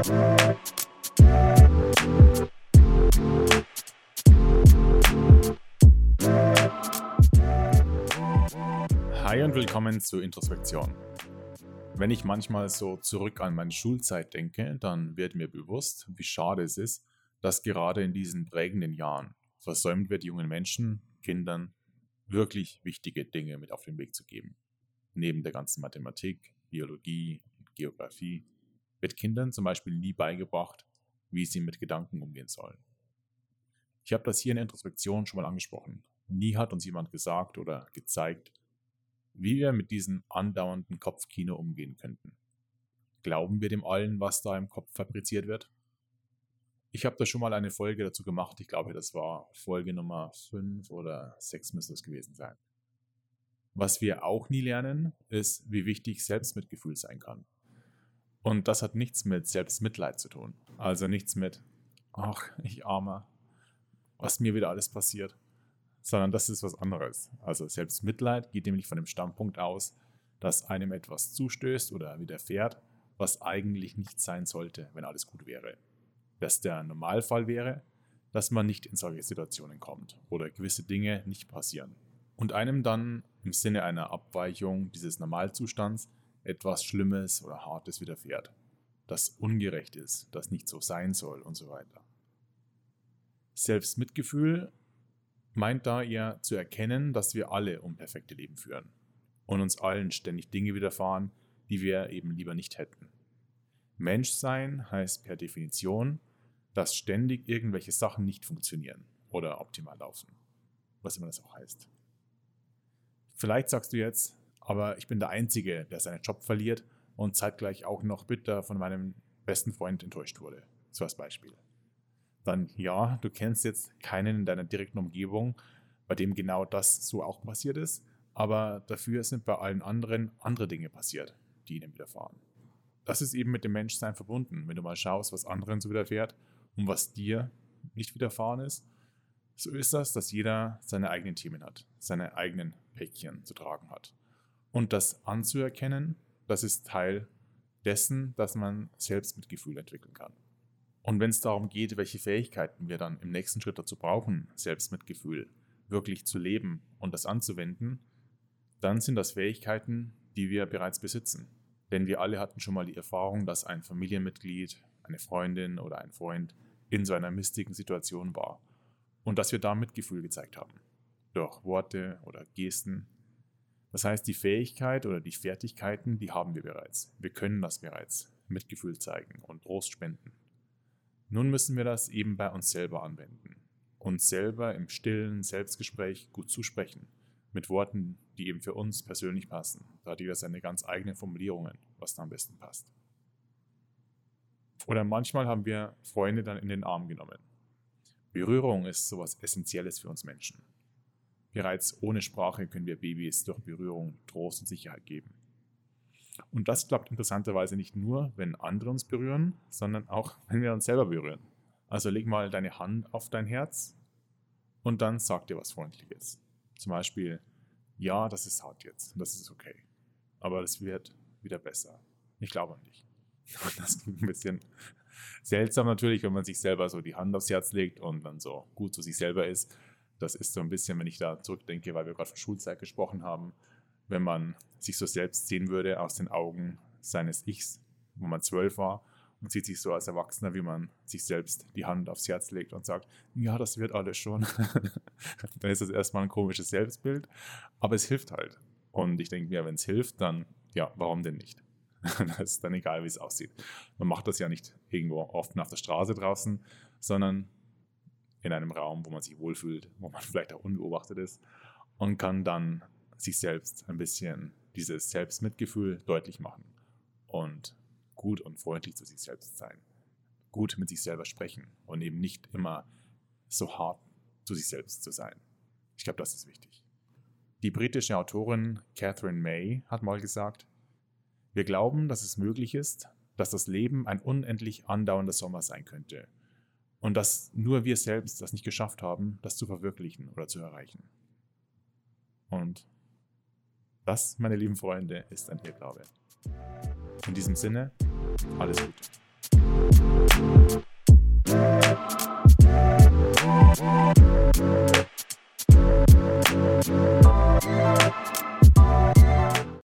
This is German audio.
Hi und willkommen zur Introspektion. Wenn ich manchmal so zurück an meine Schulzeit denke, dann wird mir bewusst, wie schade es ist, dass gerade in diesen prägenden Jahren versäumt wird, jungen Menschen, Kindern, wirklich wichtige Dinge mit auf den Weg zu geben. Neben der ganzen Mathematik, Biologie und Geografie wird Kindern zum Beispiel nie beigebracht, wie sie mit Gedanken umgehen sollen. Ich habe das hier in der Introspektion schon mal angesprochen. Nie hat uns jemand gesagt oder gezeigt, wie wir mit diesem andauernden Kopfkino umgehen könnten. Glauben wir dem allen, was da im Kopf fabriziert wird? Ich habe da schon mal eine Folge dazu gemacht. Ich glaube, das war Folge Nummer 5 oder 6 müsste es gewesen sein. Was wir auch nie lernen, ist, wie wichtig Selbstmitgefühl sein kann. Und das hat nichts mit Selbstmitleid zu tun. Also nichts mit, ach, ich Armer, was mir wieder alles passiert. Sondern das ist was anderes. Also Selbstmitleid geht nämlich von dem Standpunkt aus, dass einem etwas zustößt oder widerfährt, was eigentlich nicht sein sollte, wenn alles gut wäre. Dass der Normalfall wäre, dass man nicht in solche Situationen kommt oder gewisse Dinge nicht passieren. Und einem dann im Sinne einer Abweichung dieses Normalzustands etwas Schlimmes oder Hartes widerfährt, das ungerecht ist, das nicht so sein soll und so weiter. Selbstmitgefühl meint da eher zu erkennen, dass wir alle unperfekte Leben führen und uns allen ständig Dinge widerfahren, die wir eben lieber nicht hätten. Menschsein heißt per Definition, dass ständig irgendwelche Sachen nicht funktionieren oder optimal laufen, was immer das auch heißt. Vielleicht sagst du jetzt, aber ich bin der Einzige, der seinen Job verliert und zeitgleich auch noch bitter von meinem besten Freund enttäuscht wurde, so als Beispiel. Dann ja, du kennst jetzt keinen in deiner direkten Umgebung, bei dem genau das so auch passiert ist, aber dafür sind bei allen anderen andere Dinge passiert, die ihnen widerfahren. Das ist eben mit dem Menschsein verbunden. Wenn du mal schaust, was anderen so widerfährt und was dir nicht widerfahren ist, so ist das, dass jeder seine eigenen Themen hat, seine eigenen Päckchen zu tragen hat. Und das anzuerkennen, das ist Teil dessen, dass man Selbstmitgefühl entwickeln kann. Und wenn es darum geht, welche Fähigkeiten wir dann im nächsten Schritt dazu brauchen, Selbstmitgefühl wirklich zu leben und das anzuwenden, dann sind das Fähigkeiten, die wir bereits besitzen. Denn wir alle hatten schon mal die Erfahrung, dass ein Familienmitglied, eine Freundin oder ein Freund in so einer mistigen Situation war und dass wir da Mitgefühl gezeigt haben. Durch Worte oder Gesten. Das heißt, die Fähigkeit oder die Fertigkeiten, die haben wir bereits. Wir können das bereits. Mitgefühl zeigen und Trost spenden. Nun müssen wir das eben bei uns selber anwenden. Uns selber im stillen Selbstgespräch gut zusprechen. Mit Worten, die eben für uns persönlich passen. Da hat jeder seine ganz eigenen Formulierungen, was da am besten passt. Oder manchmal haben wir Freunde dann in den Arm genommen. Berührung ist sowas Essentielles für uns Menschen. Bereits ohne Sprache können wir Babys durch Berührung Trost und Sicherheit geben. Und das klappt interessanterweise nicht nur, wenn andere uns berühren, sondern auch, wenn wir uns selber berühren. Also leg mal deine Hand auf dein Herz und dann sag dir was Freundliches. Zum Beispiel, ja, das ist hart jetzt und das ist okay, aber das wird wieder besser. Ich glaube an dich. Und das klingt ein bisschen seltsam natürlich, wenn man sich selber so die Hand aufs Herz legt und dann so gut zu sich selber ist. Das ist so ein bisschen, wenn ich da zurückdenke, weil wir gerade von Schulzeit gesprochen haben, wenn man sich so selbst sehen würde aus den Augen seines Ichs, wo man 12 war und sieht sich so als Erwachsener, wie man sich selbst die Hand aufs Herz legt und sagt, ja, das wird alles schon. Dann ist das erstmal ein komisches Selbstbild, aber es hilft halt. Und ich denke mir, wenn es hilft, dann, ja, warum denn nicht? Das ist dann egal, wie es aussieht. Man macht das ja nicht irgendwo offen auf der Straße draußen, sondern in einem Raum, wo man sich wohlfühlt, wo man vielleicht auch unbeobachtet ist und kann dann sich selbst ein bisschen dieses Selbstmitgefühl deutlich machen und gut und freundlich zu sich selbst sein. Gut mit sich selber sprechen und eben nicht immer so hart zu sich selbst zu sein. Ich glaube, das ist wichtig. Die britische Autorin Catherine May hat mal gesagt, wir glauben, dass es möglich ist, dass das Leben ein unendlich andauernder Sommer sein könnte und dass nur wir selbst das nicht geschafft haben, das zu verwirklichen oder zu erreichen. Und das, meine lieben Freunde, ist ein Irrglaube. In diesem Sinne, alles Gute.